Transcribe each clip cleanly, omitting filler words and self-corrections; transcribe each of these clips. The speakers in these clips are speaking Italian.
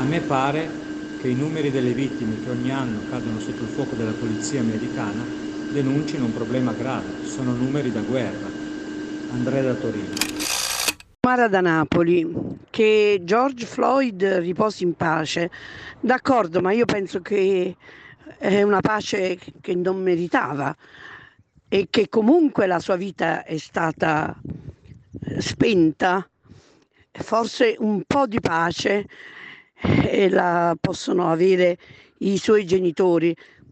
me pare che i numeri delle vittime che ogni anno cadono sotto il fuoco della polizia americana denuncino un problema grave. Sono numeri da guerra. Andrea da Torino. Mara da Napoli, che George Floyd riposi in pace. D'accordo, ma io penso che è una pace che non meritava e che comunque la sua vita è stata spenta. Forse un po' di pace la possono avere i suoi genitori.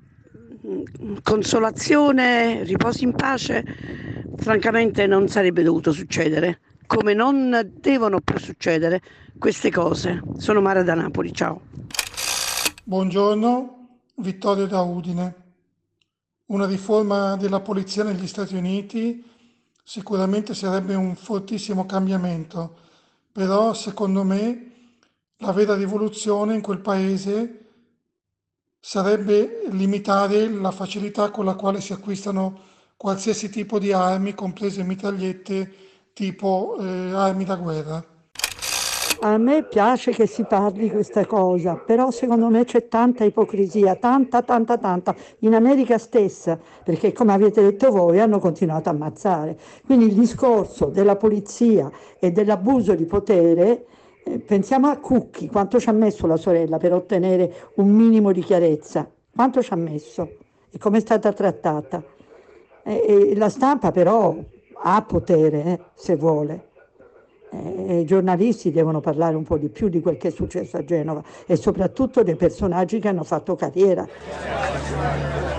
Consolazione, riposi in pace, francamente non sarebbe dovuto succedere, come non devono più succedere queste cose. Sono Mara da Napoli, ciao. Buongiorno, Vittorio da Udine. Una riforma della polizia negli Stati Uniti sicuramente sarebbe un fortissimo cambiamento, però secondo me la vera rivoluzione in quel paese sarebbe limitare la facilità con la quale si acquistano qualsiasi tipo di armi, comprese mitragliette tipo armi da guerra. A me piace che si parli di questa cosa, però secondo me c'è tanta ipocrisia, tanta, in America stessa, perché come avete detto voi hanno continuato a ammazzare. Quindi il discorso della polizia e dell'abuso di potere, pensiamo a Cucchi, quanto ci ha messo la sorella per ottenere un minimo di chiarezza, quanto ci ha messo e come è stata trattata. E la stampa però ha potere, se vuole. I giornalisti devono parlare un po' di più di quel che è successo a Genova e soprattutto dei personaggi che hanno fatto carriera.